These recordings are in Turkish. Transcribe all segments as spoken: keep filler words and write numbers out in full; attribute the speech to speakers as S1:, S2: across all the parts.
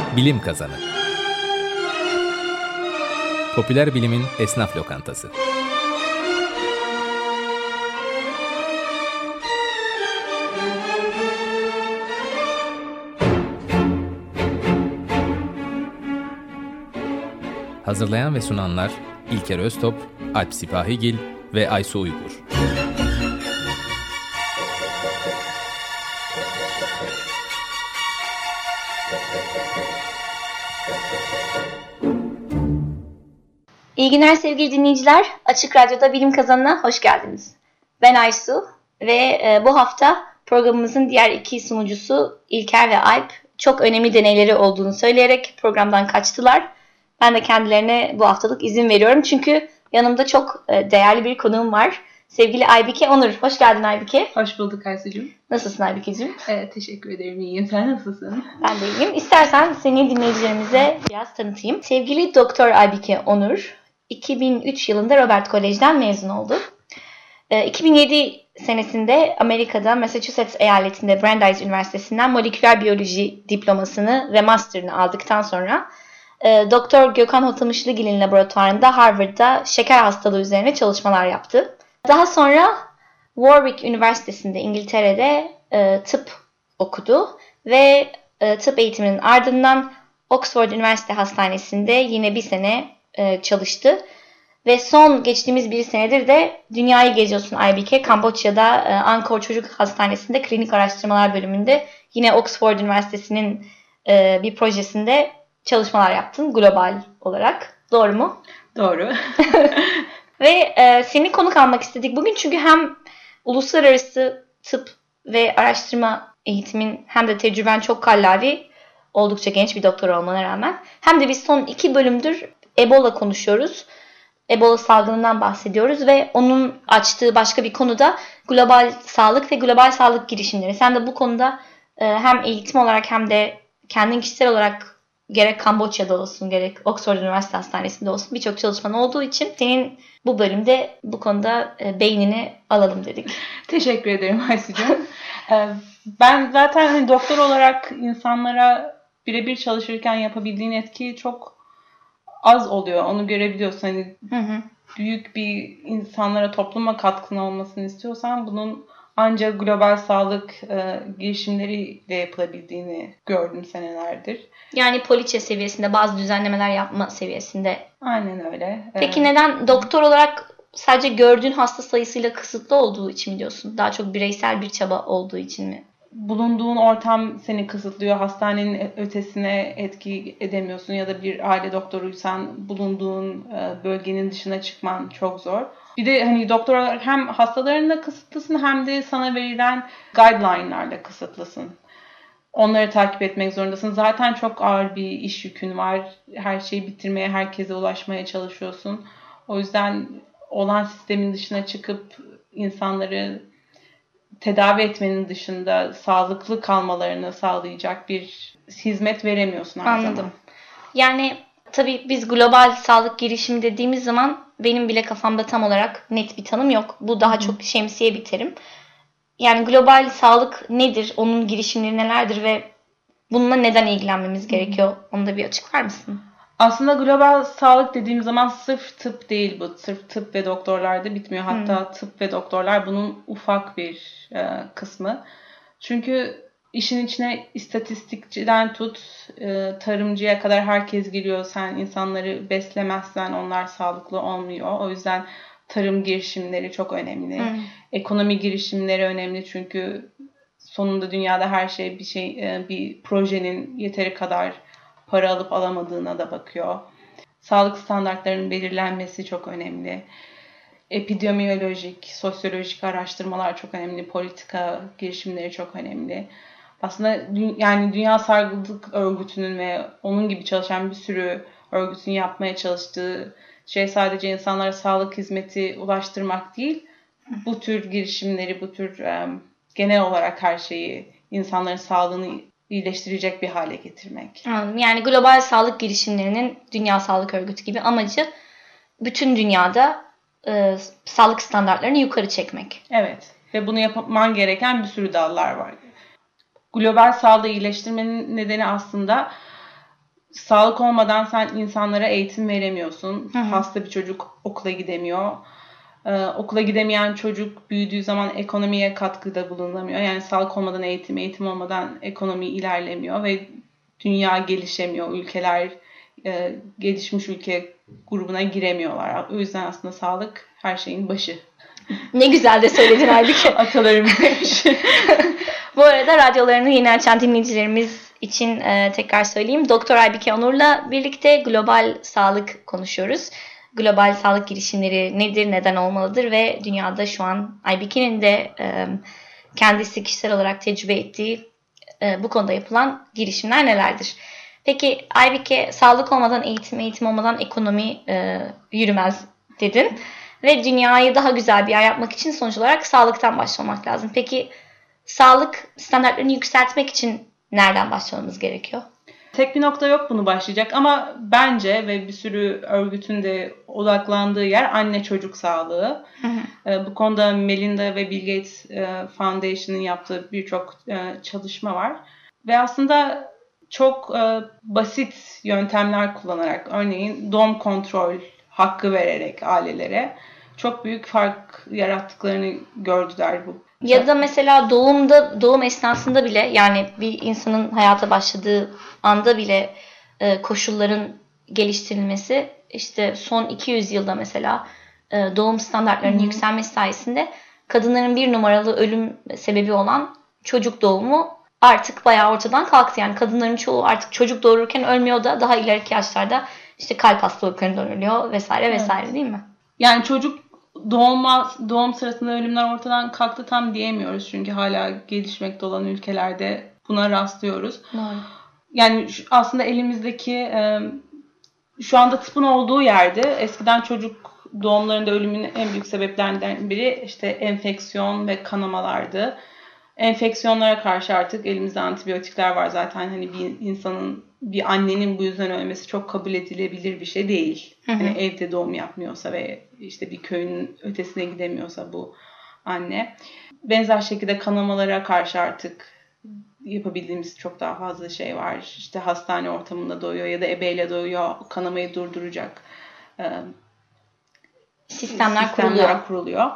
S1: Bilim Kazanı. Popüler bilimin esnaf lokantası. Hazırlayan ve sunanlar İlker Öztop, Alp Sipahigil ve Aysu Uygur.
S2: İyi günler sevgili dinleyiciler. Açık Radyo'da Bilim Kazanı'na hoş geldiniz. Ben Aysu ve e, bu hafta programımızın diğer iki sunucusu İlker ve Alp çok önemli deneyleri olduğunu söyleyerek programdan kaçtılar. Ben de kendilerine bu haftalık izin veriyorum. Çünkü yanımda çok e, değerli bir konuğum var. Sevgili Aybike Onur. Hoş geldin Aybike.
S3: Hoş bulduk Aysu'cum.
S2: Nasılsın Aybike'cim?
S3: Evet, teşekkür ederim. İyiyim. Sen nasılsın?
S2: Ben de iyiyim. İstersen seni dinleyicilerimize biraz tanıtayım. Sevgili Doktor Aybike Onur, iki bin üç yılında Robert Kolej'den mezun oldu. iki bin yedi senesinde Amerika'da Massachusetts eyaletinde Brandeis Üniversitesi'nden moleküler biyoloji diplomasını ve master'ını aldıktan sonra Doktor Gökhan Hotamışlıgil'in laboratuvarında Harvard'da şeker hastalığı üzerine çalışmalar yaptı. Daha sonra Warwick Üniversitesi'nde İngiltere'de tıp okudu ve tıp eğitiminin ardından Oxford Üniversite Hastanesi'nde yine bir sene çalıştı. Ve son geçtiğimiz bir senedir de dünyayı geziyorsun Aybike. Kamboçya'da Angkor Çocuk Hastanesi'nde klinik araştırmalar bölümünde yine Oxford Üniversitesi'nin bir projesinde çalışmalar yaptın global olarak. Doğru mu?
S3: Doğru.
S2: Ve e, seni konuk almak istedik bugün çünkü hem uluslararası tıp ve araştırma eğitimin hem de tecrüben çok kallavi, oldukça genç bir doktor olmana rağmen. Hem de biz son iki bölümdür Ebola konuşuyoruz. Ebola salgınından bahsediyoruz ve onun açtığı başka bir konu da global sağlık ve global sağlık girişimleri. Sen de bu konuda e, hem eğitim olarak hem de kendin kişisel olarak gerek Kamboçya'da olsun gerek Oxford Üniversite Hastanesi'nde olsun birçok çalışman olduğu için senin bu bölümde bu konuda e, beynini alalım dedik.
S3: Teşekkür ederim Aysu'cum. Ben zaten hani doktor olarak insanlara birebir çalışırken yapabildiğin etki çok az oluyor. Onu görebiliyorsun. Hani hı hı. Büyük bir insanlara, topluma katkının olmasını istiyorsan bunun ancak global sağlık e, girişimleriyle yapılabildiğini gördüm senelerdir.
S2: Yani poliçe seviyesinde bazı düzenlemeler yapma seviyesinde.
S3: Aynen öyle.
S2: Peki evet. Neden doktor olarak sadece gördüğün hasta sayısıyla kısıtlı olduğu için mi diyorsun? Daha çok bireysel bir çaba olduğu için mi?
S3: Bulunduğun ortam seni kısıtlıyor. Hastanenin ötesine etki edemiyorsun ya da bir aile doktoruysan bulunduğun bölgenin dışına çıkman çok zor. Bir de hani doktor olarak hem hastalarınla kısıtlısın hem de sana verilen guideline'larla kısıtlısın. Onları takip etmek zorundasın. Zaten çok ağır bir iş yükün var. Her şeyi bitirmeye, herkese ulaşmaya çalışıyorsun. O yüzden olan sistemin dışına çıkıp insanları tedavi etmenin dışında sağlıklı kalmalarını sağlayacak bir hizmet veremiyorsun her
S2: Anladım.
S3: zaman.
S2: Yani tabii biz global sağlık girişimi dediğimiz zaman benim bile kafamda tam olarak net bir tanım yok. Bu daha Hı. çok şemsiye bir terim. Yani global sağlık nedir? Onun girişimleri nelerdir ve bununla neden ilgilenmemiz gerekiyor? Hı. Onu da bir açıklar mısın?
S3: Aslında global sağlık dediğim zaman sırf tıp değil bu. Sırf tıp ve doktorlarda bitmiyor. Hatta hmm. tıp ve doktorlar bunun ufak bir e, kısmı. Çünkü işin içine istatistikçiden tut, e, tarımcıya kadar herkes giriyor. Sen insanları beslemezsen onlar sağlıklı olmuyor. O yüzden tarım girişimleri çok önemli. Hmm. Ekonomi girişimleri önemli çünkü sonunda dünyada her şey bir şey e, bir projenin yeteri kadar para alıp alamadığına da bakıyor. Sağlık standartlarının belirlenmesi çok önemli. Epidemiyolojik, sosyolojik araştırmalar çok önemli. Politika girişimleri çok önemli. Aslında yani Dünya Sağlık Örgütü'nün ve onun gibi çalışan bir sürü örgütün yapmaya çalıştığı şey sadece insanlara sağlık hizmeti ulaştırmak değil. Bu tür girişimleri, bu tür um, genel olarak her şeyi, insanların sağlığını iyileştirecek bir hale getirmek.
S2: Yani global sağlık girişimlerinin Dünya Sağlık Örgütü gibi amacı bütün dünyada e, sağlık standartlarını yukarı çekmek.
S3: Evet ve bunu yapman gereken bir sürü dallar var. Global sağlığı iyileştirmenin nedeni aslında sağlık olmadan sen insanlara eğitim veremiyorsun.
S2: Hı hı.
S3: Hasta bir çocuk okula gidemiyor. Ee, okula gidemeyen çocuk büyüdüğü zaman ekonomiye katkıda bulunamıyor. Yani sağlık olmadan eğitim, eğitim olmadan ekonomi ilerlemiyor ve dünya gelişemiyor. Ülkeler e, gelişmiş ülke grubuna giremiyorlar. O yüzden aslında sağlık her şeyin başı.
S2: Ne güzel de söyledin halbuki.
S3: Atalarımız demiş.
S2: Bu arada radyolarını yeni açan dinleyicilerimiz için e, tekrar söyleyeyim. Doktor Aybike Onur'la birlikte global sağlık konuşuyoruz. Global sağlık girişimleri nedir, neden olmalıdır ve dünyada şu an Aybike'nin de e, kendisi kişisel olarak tecrübe ettiği e, bu konuda yapılan girişimler nelerdir? Peki Aybike, sağlık olmadan eğitim, eğitim olmadan ekonomi e, yürümez dedin. Ve dünyayı daha güzel bir yer yapmak için sonuç olarak sağlıktan başlamak lazım. Peki sağlık standartlarını yükseltmek için nereden başlamamız gerekiyor?
S3: Tek bir nokta yok bunu başlayacak ama bence ve bir sürü örgütün de odaklandığı yer anne çocuk sağlığı.
S2: Hı hı.
S3: Bu konuda Melinda ve Bill Gates Foundation'ın yaptığı birçok çalışma var. Ve aslında çok basit yöntemler kullanarak, örneğin doğum kontrol hakkı vererek ailelere çok büyük fark yarattıklarını gördüler bu.
S2: Ya da mesela doğumda, doğum esnasında bile, yani bir insanın hayata başladığı anda bile e, koşulların geliştirilmesi, işte son iki yüz yılda mesela e, doğum standartlarının Hı-hı. yükselmesi sayesinde kadınların bir numaralı ölüm sebebi olan çocuk doğumu artık bayağı ortadan kalktı. Yani kadınların çoğu artık çocuk doğururken ölmüyor da daha ileriki yaşlarda işte kalp hastalıklarından ölüyor vesaire vesaire, evet. Değil mi?
S3: Yani çocuk doğma, doğum sırasında ölümler ortadan kalktı tam diyemiyoruz. Çünkü hala gelişmekte olan ülkelerde buna rastlıyoruz.
S2: Doğru.
S3: Yani aslında elimizdeki şu anda tıpın olduğu yerde eskiden çocuk doğumlarında ölümün en büyük sebeplerinden biri işte enfeksiyon ve kanamalardı. Enfeksiyonlara karşı artık elimizde antibiyotikler var zaten. Hani bir insanın, bir annenin bu yüzden ölmesi çok kabul edilebilir bir şey değil. Hı hı. Hani evde doğum yapmıyorsa ve işte bir köyün ötesine gidemiyorsa bu anne. Benzer şekilde kanamalara karşı artık yapabildiğimiz çok daha fazla şey var. İşte hastane ortamında doğuyor ya da ebeyle doğuyor. Kanamayı durduracak e,
S2: sistemler,
S3: sistemler
S2: kuruluyor.
S3: kuruluyor.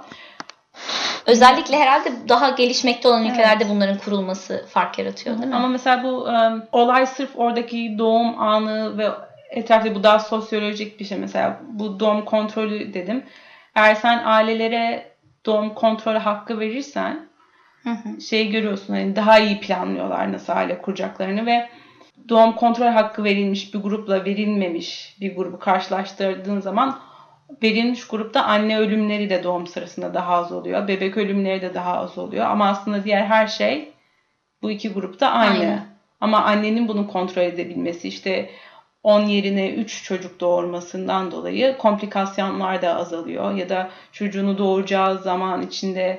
S2: Özellikle herhalde daha gelişmekte olan ülkelerde evet. bunların kurulması fark yaratıyor değil mi?
S3: Ama mesela bu um, olay sırf oradaki doğum anı ve etrafta bu daha sosyolojik bir şey. Mesela bu doğum kontrolü dedim. Eğer sen ailelere doğum kontrolü hakkı verirsen
S2: hı hı.
S3: şeyi görüyorsun, hani daha iyi planlıyorlar nasıl aile kuracaklarını ve doğum kontrol hakkı verilmiş bir grupla verilmemiş bir grubu karşılaştırdığın zaman verilmiş grupta anne ölümleri de doğum sırasında daha az oluyor. Bebek ölümleri de daha az oluyor. Ama aslında diğer her şey bu iki grupta aynı. Aynen. Ama annenin bunu kontrol edebilmesi, işte on yerine üç çocuk doğurmasından dolayı komplikasyonlar da azalıyor. Ya da çocuğunu doğuracağı zaman içinde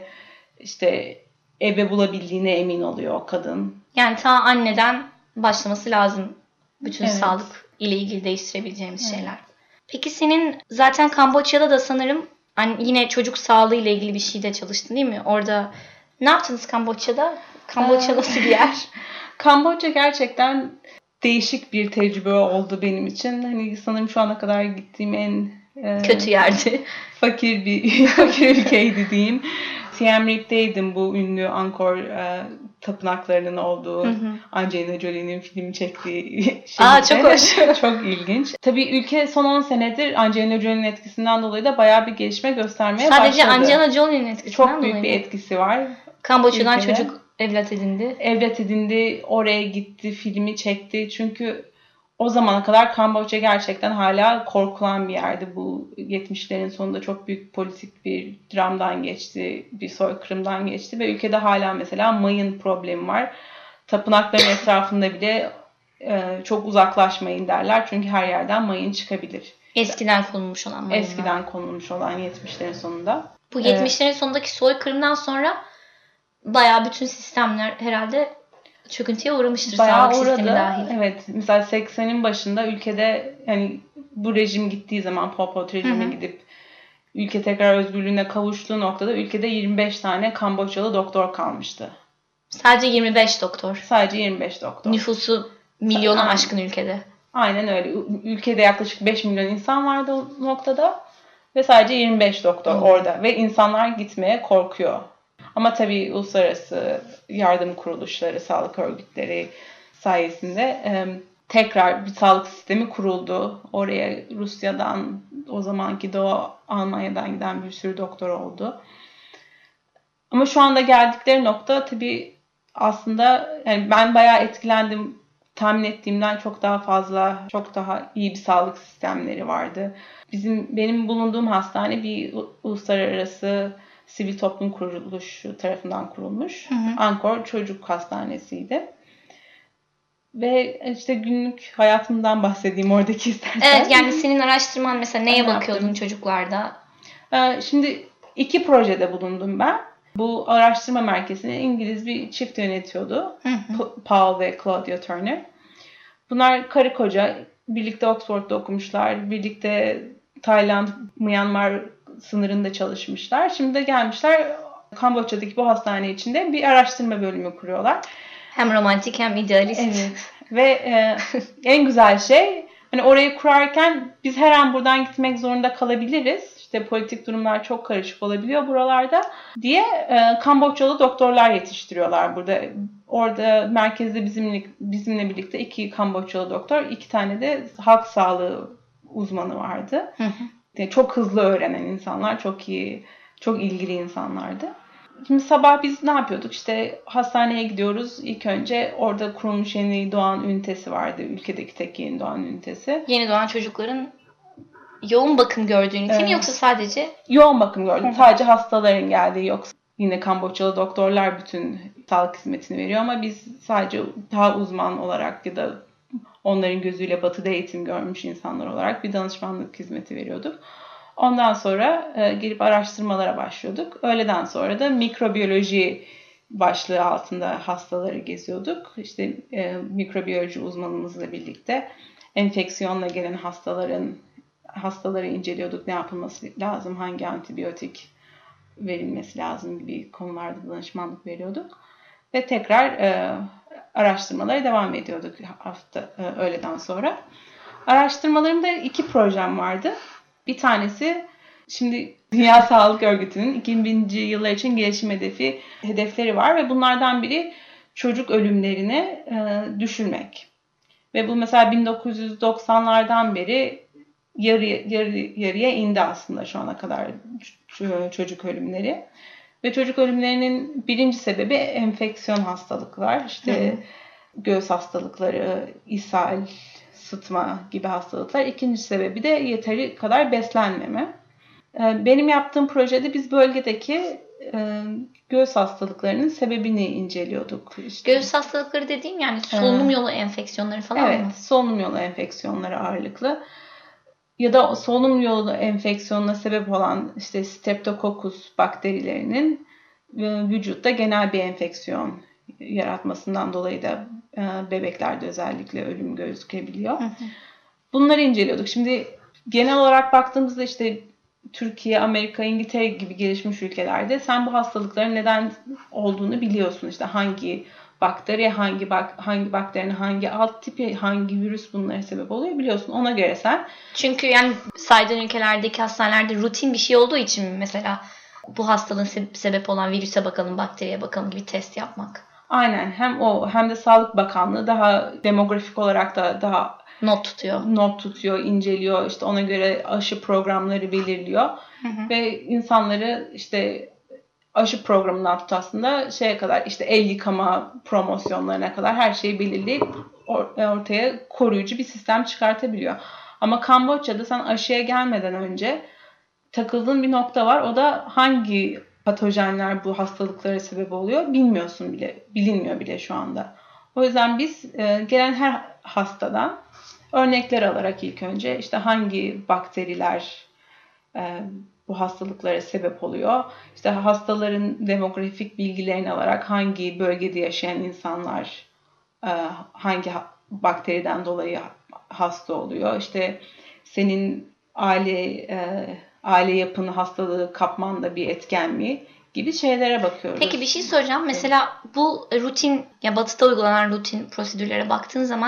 S3: işte ebe bulabildiğine emin oluyor kadın.
S2: Yani ta anneden başlaması lazım bütün evet. sağlık ile ilgili değiştirebileceğimiz evet. şeyler. Peki senin zaten Kamboçya'da da sanırım yine çocuk sağlığı ile ilgili bir şeyde çalıştın değil mi? Orada ne yaptınız Kamboçya'da? Kamboçya nasıl bir yer?
S3: Kamboçya gerçekten değişik bir tecrübe oldu benim için. Hani sanırım şu ana kadar gittiğim en
S2: e, kötü yerdi.
S3: Fakir bir fakir ülkeydi diyeyim. Siem Reap'teydim, bu ünlü Angkor e, tapınaklarının olduğu, hı hı. Angelina Jolie'nin filmi çektiği şeyde.
S2: Aa, çok hoş.
S3: Çok ilginç. Tabii ülke son on senedir Angelina Jolie'nin etkisinden dolayı da bayağı bir gelişme göstermeye
S2: Sadece
S3: başladı.
S2: Sadece Angelina Jolie'nin etkisinden
S3: dolayı. Çok büyük
S2: dolayı
S3: bir etkisi var.
S2: Kamboçya'dan ülkede. Çocuk evlat edindi.
S3: Evlat edindi, oraya gitti, filmi çekti. Çünkü o zamana kadar Kamboçya gerçekten hala korkulan bir yerdi. Bu yetmişlerin sonunda çok büyük politik bir dramdan geçti, bir soykırımdan geçti ve ülkede hala mesela mayın problemi var. Tapınakların etrafında bile e, çok uzaklaşmayın derler çünkü her yerden mayın çıkabilir.
S2: Eskiden konulmuş olan mayınlar.
S3: Eskiden konulmuş olan yetmişlerin sonunda.
S2: Bu yetmişlerin ee, sonundaki soykırımdan sonra bayağı bütün sistemler herhalde çöküntüye uğramıştır,
S3: bayağı
S2: sağlık
S3: uğradı.
S2: Sistemi dahil.
S3: Evet. Mesela seksenin başında ülkede yani bu rejim gittiği zaman, Pol Pot rejimi gidip ülke tekrar özgürlüğüne kavuştuğu noktada ülkede yirmi beş tane Kamboçyalı doktor kalmıştı.
S2: Sadece yirmi beş doktor.
S3: Sadece yirmi beş doktor.
S2: Nüfusu milyonu Aynen. aşkın ülkede.
S3: Aynen öyle. Ülkede yaklaşık beş milyon insan vardı o noktada ve sadece yirmi beş doktor hmm. orada ve insanlar gitmeye korkuyor. Ama tabii uluslararası yardım kuruluşları, sağlık örgütleri sayesinde e, tekrar bir sağlık sistemi kuruldu. Oraya Rusya'dan, o zamanki Doğu Almanya'dan giden bir sürü doktor oldu. Ama şu anda geldikleri nokta tabii aslında yani ben bayağı etkilendim. Tahmin ettiğimden çok daha fazla, çok daha iyi bir sağlık sistemleri vardı. Bizim benim bulunduğum hastane bir uluslararası sivil toplum kuruluşu tarafından kurulmuş. Hı hı. Ankor Çocuk Hastanesi'ydi. Ve işte günlük hayatımdan bahsedeyim oradaki istersen.
S2: Evet, yani senin araştırman mesela neye ben bakıyordun yaptım. Çocuklarda?
S3: Şimdi iki projede bulundum ben. Bu araştırma merkezini İngiliz bir çift yönetiyordu. Hı hı. Paul ve Claudia Turner. Bunlar karı koca birlikte Oxford'da okumuşlar. Birlikte Tayland, Myanmar sınırında çalışmışlar. Şimdi de gelmişler Kamboçya'daki bu hastane içinde bir araştırma bölümü kuruyorlar.
S2: Hem romantik hem idealist.
S3: Evet. Ve e, en güzel şey hani orayı kurarken biz her an buradan gitmek zorunda kalabiliriz. İşte politik durumlar çok karışık olabiliyor buralarda diye e, Kamboçyalı doktorlar yetiştiriyorlar burada. Orada merkezde bizimle, bizimle birlikte iki Kamboçyalı doktor, iki tane de halk sağlığı uzmanı vardı. Hı hı. Yani çok hızlı öğrenen insanlar, çok iyi, çok ilgili insanlardı. Şimdi sabah biz ne yapıyorduk? İşte hastaneye gidiyoruz. İlk önce orada kurulmuş yeni doğan ünitesi vardı. Ülkedeki tek yeni doğan ünitesi.
S2: Yeni doğan çocukların yoğun bakım gördüğün ünite mi yoksa sadece?
S3: Yoğun bakım gördüm. Sadece hastaların geldiği, yoksa yine Kamboçyalı doktorlar bütün sağlık hizmetini veriyor ama biz sadece daha uzman olarak ya da onların gözüyle batıda eğitim görmüş insanlar olarak bir danışmanlık hizmeti veriyorduk. Ondan sonra e, gelip araştırmalara başlıyorduk. Öğleden sonra da mikrobiyoloji başlığı altında hastaları geziyorduk. İşte e, mikrobiyoloji uzmanımızla birlikte enfeksiyonla gelen hastaların hastaları inceliyorduk. Ne yapılması lazım, hangi antibiyotik verilmesi lazım gibi konularda danışmanlık veriyorduk. Ve tekrar e, araştırmalara devam ediyorduk hafta e, öğleden sonra. Araştırmalarımda iki projem vardı. Bir tanesi şimdi Dünya Sağlık Örgütü'nün iki binci yıllar için gelişim hedefi hedefleri var ve bunlardan biri çocuk ölümlerini e, düşürmek. Ve bu mesela bin dokuz yüz doksanlardan beri yarı, yarı, yarıya indi aslında şu ana kadar çocuk ölümleri. Ve çocuk ölümlerinin birinci sebebi enfeksiyon hastalıklar. İşte hı hı. göğüs hastalıkları, ishal, sıtma gibi hastalıklar. İkinci sebebi de yeteri kadar beslenmeme. Benim yaptığım projede biz bölgedeki göğüs hastalıklarının sebebini inceliyorduk. İşte.
S2: Göğüs hastalıkları dediğim yani solunum yolu enfeksiyonları falan
S3: evet,
S2: mı?
S3: Evet, solunum yolu enfeksiyonları ağırlıklı. Ya da solunum yolu enfeksiyonuna sebep olan işte Streptococcus bakterilerinin vücutta genel bir enfeksiyon yaratmasından dolayı da bebeklerde özellikle ölüm gözükebiliyor. Hı hı. Bunları inceliyorduk. Şimdi genel olarak baktığımızda işte Türkiye, Amerika, İngiltere gibi gelişmiş ülkelerde sen bu hastalıkların neden olduğunu biliyorsun. İşte hangi bakteri, hangi bak hangi bakterinin hangi alt tipi, hangi virüs bunlara sebep oluyor biliyorsun. Ona göre sen.
S2: Çünkü yani saydığın ülkelerdeki hastanelerde rutin bir şey olduğu için mesela bu hastalığın sebep olan virüse bakalım, bakteriye bakalım gibi test yapmak.
S3: Aynen. Hem o hem de Sağlık Bakanlığı daha demografik olarak da daha
S2: not tutuyor.
S3: Not tutuyor, inceliyor. İşte ona göre aşı programları belirliyor. Hı hı. Ve insanları işte aşı programından tut aslında şeye kadar işte el yıkama promosyonlarına kadar her şeyi belirleyip ortaya koruyucu bir sistem çıkartabiliyor. Ama Kamboçya'da sen aşıya gelmeden önce takıldığın bir nokta var. O da hangi patojenler bu hastalıklara sebep oluyor bilmiyorsun bile. Bilinmiyor bile şu anda. O yüzden biz e, gelen her hastadan örnekler alarak ilk önce işte hangi bakteriler e, bu hastalıklara sebep oluyor. İşte hastaların demografik bilgilerini alarak hangi bölgede yaşayan insanlar e, hangi bakteriden dolayı hasta oluyor. İşte senin aile e, aile yapını hastalığı kapmanda bir etken mi gibi şeylere bakıyoruz.
S2: Peki bir şey soracağım. Mesela bu rutin ya batıda uygulanan rutin prosedürlere baktığın zaman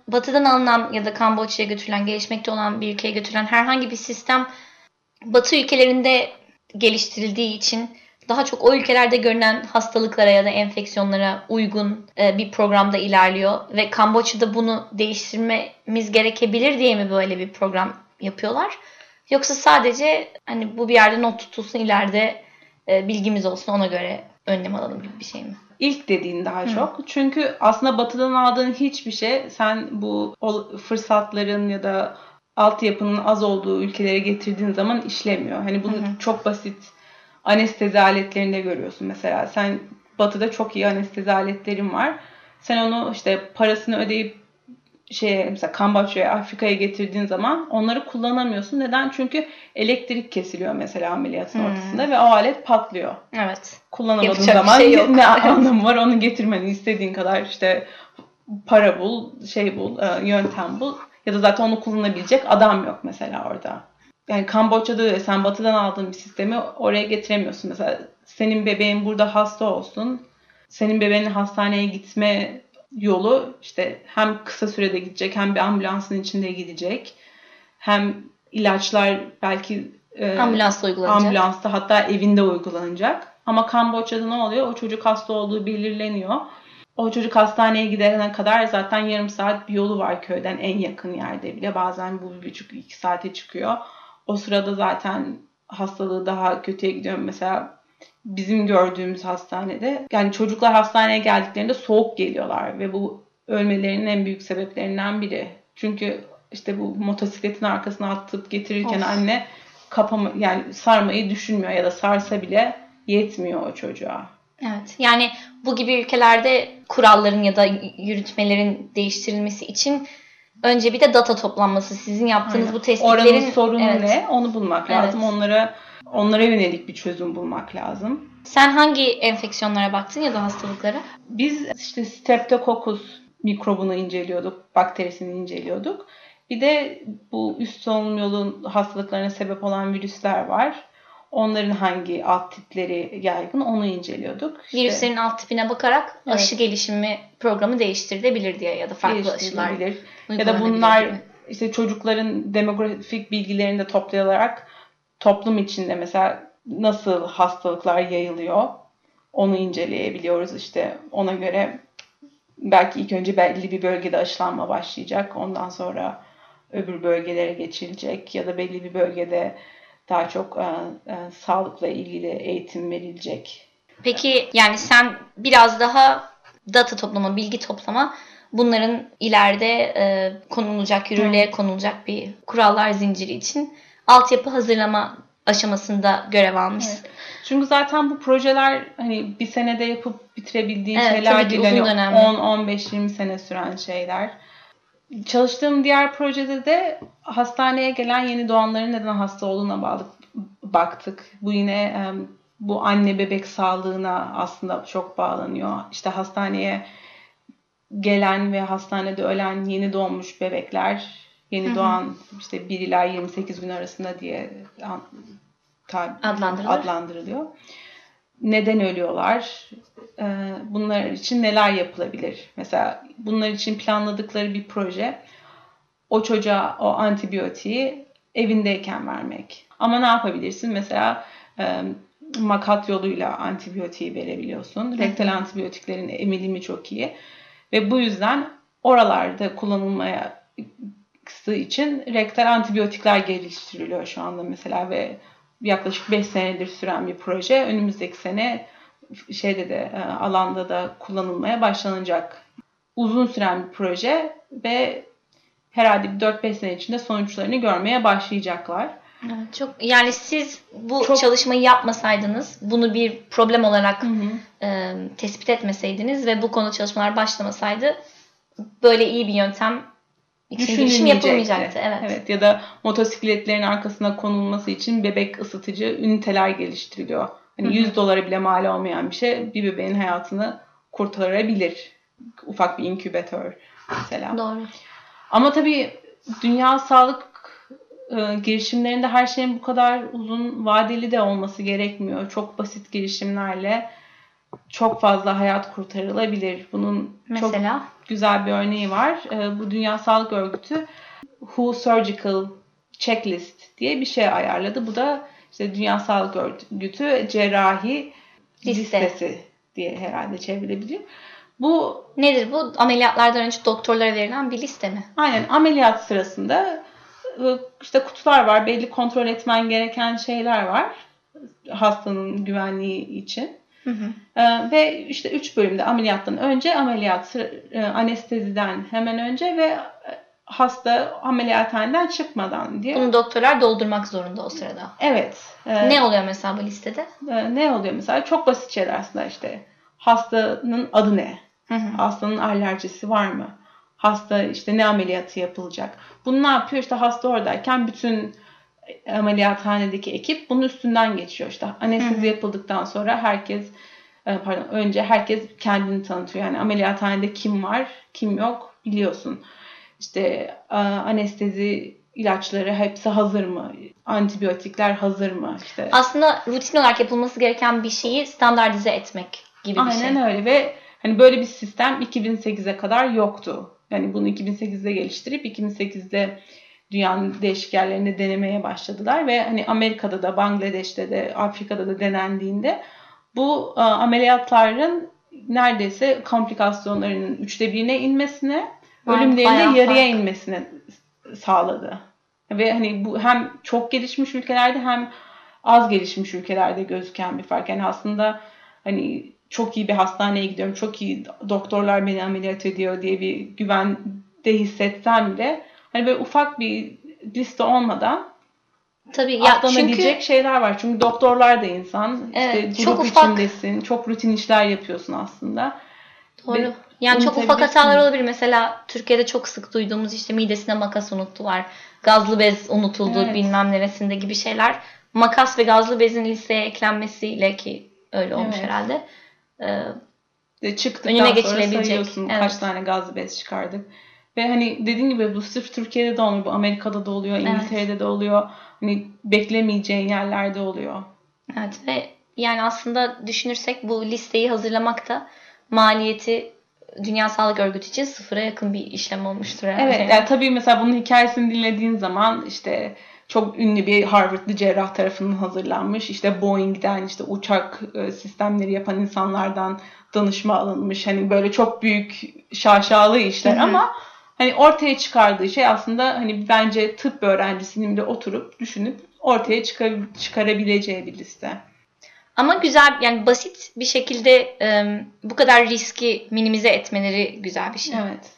S2: batıdan alınan ya da Kamboçya'ya götürülen, gelişmekte olan bir ülkeye götürülen herhangi bir sistem batı ülkelerinde geliştirildiği için daha çok o ülkelerde görünen hastalıklara ya da enfeksiyonlara uygun bir programda ilerliyor ve Kamboçya'da bunu değiştirmemiz gerekebilir diye mi böyle bir program yapıyorlar? Yoksa sadece hani bu bir yerde not tutulsun, ileride bilgimiz olsun, ona göre önlem alalım gibi bir şey mi?
S3: İlk dediğin daha Hı. çok. Çünkü aslında batıdan aldığın hiçbir şey sen bu fırsatların ya da altyapının az olduğu ülkelere getirdiğin zaman işlemiyor. Hani bunu Hı. çok basit anestezi aletlerinde görüyorsun mesela. Sen batıda çok iyi anestezi aletlerin var. Sen onu işte parasını ödeyip şeye mesela Kamboçya'ya, Afrika'ya getirdiğin zaman onları kullanamıyorsun. Neden? Çünkü elektrik kesiliyor mesela ameliyatın hmm. ortasında ve o alet patlıyor.
S2: Evet.
S3: Kullanamadığın Yapacak zaman şey yok. Ne anlamı var? Onu getirmeni istediğin kadar işte para bul, şey bul, yöntem bul. Ya da zaten onu kullanabilecek adam yok mesela orada. Yani Kamboçya'da sen batıdan aldığın bir sistemi oraya getiremiyorsun. Mesela senin bebeğin burada hasta olsun. Senin bebeğin hastaneye gitme yolu işte hem kısa sürede gidecek, hem bir ambulansın içinde gidecek, hem ilaçlar belki
S2: ambulansta uygulanacak.
S3: Ambulansta, hatta evinde uygulanacak. Ama Kamboçya'da ne oluyor? O çocuk hasta olduğu belirleniyor. O çocuk hastaneye gidene kadar zaten yarım saat bir yolu var köyden, en yakın yerde bile. Bazen bu bir buçuk iki saate çıkıyor. O sırada zaten hastalığı daha kötüye gidiyor. Mesela bizim gördüğümüz hastanede yani çocuklar hastaneye geldiklerinde soğuk geliyorlar ve bu ölmelerinin en büyük sebeplerinden biri. Çünkü işte bu motosikletin arkasına atıp getirirken of. anne kapama, yani sarmayı düşünmüyor ya da sarsa bile yetmiyor o çocuğa.
S2: Evet, yani bu gibi ülkelerde kuralların ya da yürütmelerin değiştirilmesi için önce bir de data toplanması, sizin yaptığınız Aynen. bu tespitlerin...
S3: Oranın sorunu evet. ne? Onu bulmak evet. lazım. Onlara onlara yönelik bir çözüm bulmak lazım.
S2: Sen hangi enfeksiyonlara baktın ya da hastalıklara?
S3: Biz işte Streptococcus mikrobunu inceliyorduk, bakterisini inceliyorduk. Bir de bu üst solunum yolu hastalıklarına sebep olan virüsler var. Onların hangi alt tipleri yaygın onu inceliyorduk. İşte,
S2: virüslerin alt tipine bakarak evet. aşı gelişimi programı değiştirilebilir diye ya da farklı aşılar
S3: ya da bunlar işte çocukların demografik bilgilerini de toplayarak toplum içinde mesela nasıl hastalıklar yayılıyor onu inceleyebiliyoruz. İşte ona göre belki ilk önce belli bir bölgede aşılanma başlayacak. Ondan sonra öbür bölgelere geçilecek ya da belli bir bölgede daha çok e, e, sağlıkla ilgili eğitim verilecek.
S2: Peki yani sen biraz daha data toplama, bilgi toplama, bunların ileride e, konulacak, yürürlüğe Hı. konulacak bir kurallar zinciri için altyapı hazırlama aşamasında görev almış. Evet.
S3: Çünkü zaten bu projeler hani bir senede yapıp bitirebildiğin evet, şeyler değil. Yani on on beş yirmi sene süren şeyler. Çalıştığım diğer projede de hastaneye gelen yeni doğanların neden hasta olduğuna bağlı baktık. Bu yine bu anne bebek sağlığına aslında çok bağlanıyor. İşte hastaneye gelen ve hastanede ölen yeni doğmuş bebekler, yeni hı hı. doğan işte bir ila yirmi sekiz gün arasında diye
S2: adlandırılıyor.
S3: adlandırılıyor. Neden ölüyorlar? Bunlar için neler yapılabilir? Mesela bunlar için planladıkları bir proje o çocuğa o antibiyotiği evindeyken vermek. Ama ne yapabilirsin? Mesela makat yoluyla antibiyotiği verebiliyorsun. Rektal antibiyotiklerin emilimi çok iyi. Ve bu yüzden oralarda kullanılmaya için rektal antibiyotikler geliştiriliyor şu anda mesela ve yaklaşık beş senedir süren bir proje. Önümüzdeki sene şeyde de alanda da kullanılmaya başlanacak. Uzun süren bir proje ve herhalde bir dört beş sene içinde sonuçlarını görmeye başlayacaklar.
S2: Evet, çok yani siz bu çok... çalışmayı yapmasaydınız, bunu bir problem olarak hı hı. E, tespit etmeseydiniz ve bu konu çalışmalar başlamasaydı böyle iyi bir yöntem için girişim yapılmayacaktı. Evet.
S3: evet. Ya da motosikletlerin arkasına konulması için bebek ısıtıcı üniteler geliştiriliyor. Hani hı hı. yüz dolara bile mal olmayan bir şey bir bebeğin hayatını kurtarabilir. Ufak bir inkübatör mesela.
S2: Doğru.
S3: Ama tabii dünya sağlık e, girişimlerinde her şeyin bu kadar uzun vadeli de olması gerekmiyor. Çok basit girişimlerle çok fazla hayat kurtarılabilir. Bunun
S2: Mesela?
S3: çok güzel bir örneği var. Bu Dünya Sağlık Örgütü W H O Surgical Checklist diye bir şey ayarladı. Bu da işte Dünya Sağlık Örgütü cerrahi
S2: Liste.
S3: listesi diye herhalde çevrilebilir. Bu
S2: nedir bu? Ameliyatlardan önce doktorlara verilen bir liste mi?
S3: Aynen, ameliyat sırasında işte kutular var. Belli kontrol etmen gereken şeyler var. Hastanın güvenliği için.
S2: Hı hı.
S3: Ee, ve işte üç bölümde ameliyattan önce, ameliyat sıra, anesteziden hemen önce ve hasta ameliyathaneden çıkmadan diye.
S2: Bunu doktorlar doldurmak zorunda o sırada.
S3: Evet. E,
S2: ne oluyor mesela bu listede?
S3: E, ne oluyor mesela? Çok basit şeyler aslında işte. Hastanın adı ne?
S2: Hı hı.
S3: Hastanın alerjisi var mı? Hasta işte ne ameliyatı yapılacak? Bunu ne yapıyor? İşte hasta oradayken bütün ameliyathanedeki ekip bunun üstünden geçiyor. İşte anestezi yapıldıktan sonra herkes pardon önce herkes kendini tanıtıyor. Yani ameliyathanede kim var, kim yok biliyorsun. İşte anestezi ilaçları hepsi hazır mı? Antibiyotikler hazır mı? İşte
S2: aslında rutin olarak yapılması gereken bir şeyi standartize etmek gibi bir
S3: aynen
S2: şey.
S3: Aynen öyle ve hani böyle bir sistem iki bin sekize kadar yoktu. Yani bunu iki bin sekizde geliştirip iki bin sekizde dünyanın değişik yerlerinde denemeye başladılar ve hani Amerika'da da, Bangladeş'te de, Afrika'da da denendiğinde bu a, ameliyatların neredeyse komplikasyonlarının üçte birine inmesine, ölümlerinin de yarıya inmesine sağladı. Ve hani bu hem çok gelişmiş ülkelerde hem az gelişmiş ülkelerde gözüken bir fark. Yani aslında hani çok iyi bir hastaneye gidiyorum, çok iyi doktorlar beni ameliyat ediyor diye bir güvende hissetsem bile hani böyle ufak bir liste olmadan
S2: tabii ya
S3: atlanabilecek
S2: çünkü,
S3: şeyler var. Çünkü doktorlar da insan.
S2: Evet,
S3: işte
S2: çok
S3: grup
S2: ufak,
S3: içindesin. Çok rutin işler yapıyorsun aslında.
S2: Doğru.
S3: Ve
S2: yani çok ufak hatalar olabilir. Mesela Türkiye'de çok sık duyduğumuz işte midesine makas unuttular. Gazlı bez unutuldu
S3: evet.
S2: bilmem neresinde gibi şeyler. Makas ve gazlı bezin listeye eklenmesiyle ki öyle olmuş evet. herhalde.
S3: Ee, Çıktıktan sonra sayıyorsun evet. kaç tane gazlı bez çıkardık. Ve hani dediğin gibi bu sırf Türkiye'de de oluyor, bu Amerika'da da oluyor, İngiltere'de evet. de oluyor. Hani beklemeyeceğin yerlerde oluyor.
S2: Evet ve yani aslında düşünürsek bu listeyi hazırlamak da maliyeti Dünya Sağlık Örgütü için sıfıra yakın bir işlem olmuştur herhalde.
S3: Evet yani tabii mesela bunun hikayesini dinlediğin zaman işte çok ünlü bir Harvard'lı cerrah tarafından hazırlanmış. İşte Boeing'den işte uçak sistemleri yapan insanlardan danışma alınmış. Hani böyle çok büyük şaşalı işler Hı-hı. ama hani ortaya çıkardığı şey aslında hani bence tıp öğrencisinin de oturup düşünüp ortaya çıkar, çıkarabileceği bir liste.
S2: Ama güzel yani basit bir şekilde e, bu kadar riski minimize etmeleri güzel bir şey.
S3: Evet.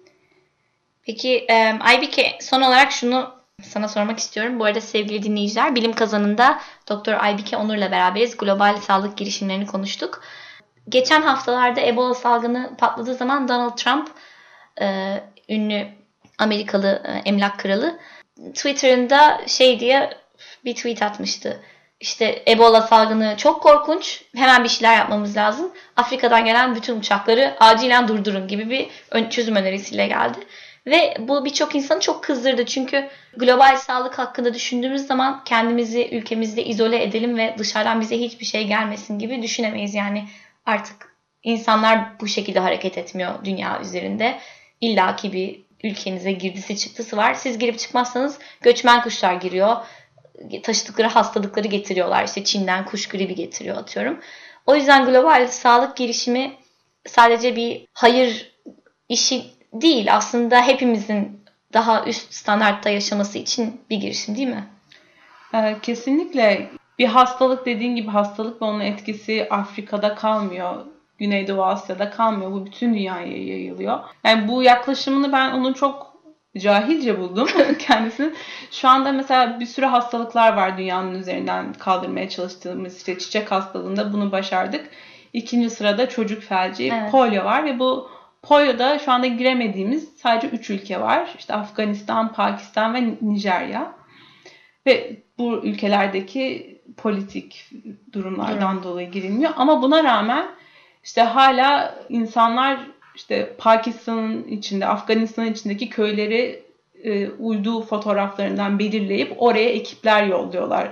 S2: Peki e, Aybike son olarak şunu sana sormak istiyorum. Bu arada sevgili dinleyiciler Bilim Kazanı'nda Doktor Aybike Onur'la beraberiz. Global sağlık girişimlerini konuştuk. Geçen haftalarda Ebola salgını patladığı zaman Donald Trump e, ünlü Amerikalı e, emlak kralı Twitter'ında şey diye bir tweet atmıştı. İşte Ebola salgını çok korkunç. Hemen bir şeyler yapmamız lazım. Afrika'dan gelen bütün uçakları acilen durdurun gibi bir çözüm önerisiyle geldi. Ve bu birçok insanı çok kızdırdı. Çünkü global sağlık hakkında düşündüğümüz zaman kendimizi ülkemizde izole edelim ve dışarıdan bize hiçbir şey gelmesin gibi düşünemeyiz. Yani artık insanlar bu şekilde hareket etmiyor dünya üzerinde. İlla ki bir ülkenize girdisi çıktısı var. Siz girip çıkmazsanız göçmen kuşlar giriyor. Taşıdıkları hastalıkları getiriyorlar. İşte Çin'den kuş gribi getiriyor atıyorum. O yüzden global sağlık girişimi sadece bir hayır işi değil. Aslında hepimizin daha üst standartta yaşaması için bir girişim değil mi?
S3: Kesinlikle. Bir hastalık dediğin gibi hastalık ve onun etkisi Afrika'da kalmıyor. Güneydoğu Asya'da kalmıyor. Bu bütün dünyaya yayılıyor. Yani bu yaklaşımını ben onun çok cahilce buldum kendisini. Şu anda mesela bir sürü hastalıklar var dünyanın üzerinden kaldırmaya çalıştığımız. İşte çiçek hastalığında bunu başardık. İkinci sırada çocuk felci, evet. polio var ve bu polio'da şu anda giremediğimiz sadece üç ülke var. İşte Afganistan, Pakistan ve Nijerya. Ve bu ülkelerdeki politik durumlardan evet. dolayı girilmiyor. Ama buna rağmen işte hala insanlar işte Pakistan'ın içinde, Afganistan'ın içindeki köyleri e, uydu fotoğraflarından belirleyip oraya ekipler yolluyorlar.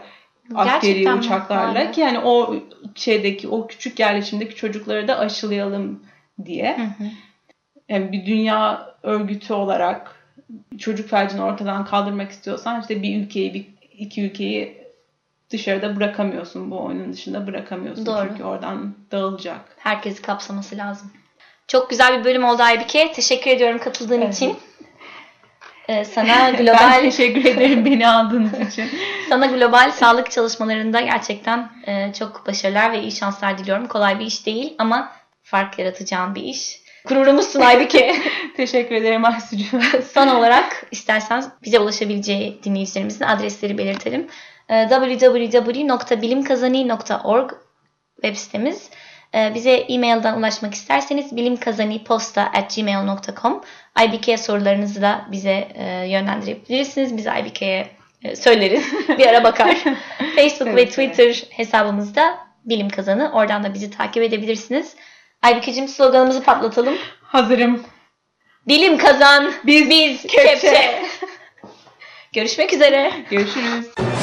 S3: askeri uçaklarla ki yani o şeydeki o küçük yerleşimdeki çocukları da aşılayalım diye. Hı hı. Yani bir dünya örgütü olarak çocuk felcini ortadan kaldırmak istiyorsan işte bir ülkeyi, bir iki ülkeyi dışarıda bırakamıyorsun. Bu oyunun dışında bırakamıyorsun. Doğru. Çünkü oradan dağılacak.
S2: Herkesi kapsaması lazım. Çok güzel bir bölüm oldu Aybike. Teşekkür ediyorum katıldığın evet. için. Ee, sana global...
S3: Ben teşekkür ederim beni aldığınız için.
S2: Sana global sağlık çalışmalarında gerçekten e, çok başarılar ve iyi şanslar diliyorum. Kolay bir iş değil ama fark yaratacağın bir iş. Gururumuzsun Aybike.
S3: Teşekkür ederim Aysucuğum.
S2: Son olarak istersen bize ulaşabileceği dinleyicilerimizin adresleri belirtelim. double-u double-u double-u nokta bilim kazani nokta org web sitemiz. Bize e-mailden ulaşmak isterseniz bilimkazaniposta at gmail nokta com. Aybike'ye sorularınızı da bize yönlendirebilirsiniz. Biz Aybike'ye söyleriz. Bir ara bakar. Facebook evet, ve Twitter evet. hesabımızda Bilim Kazanı. Oradan da bizi takip edebilirsiniz. Aybike'cim sloganımızı patlatalım.
S3: Hazırım.
S2: Bilim kazan, biz, biz kepçe. kepçe. Görüşmek üzere.
S3: Görüşürüz.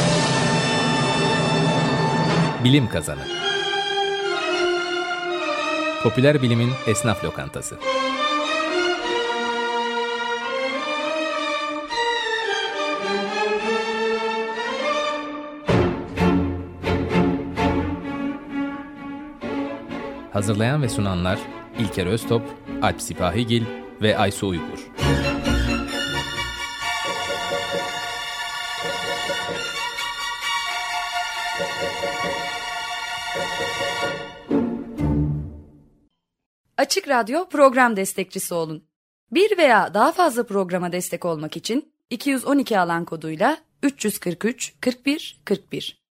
S1: Bilim Kazanı. Popüler bilimin esnaf lokantası. Hazırlayan ve sunanlar İlker Öztop, Alp Sipahigil ve Aysu Uygur.
S4: Açık Radyo program destekçisi olun. Bir veya daha fazla programa destek olmak için iki yüz on iki alan koduyla üç yüz kırk üç kırk bir kırk bir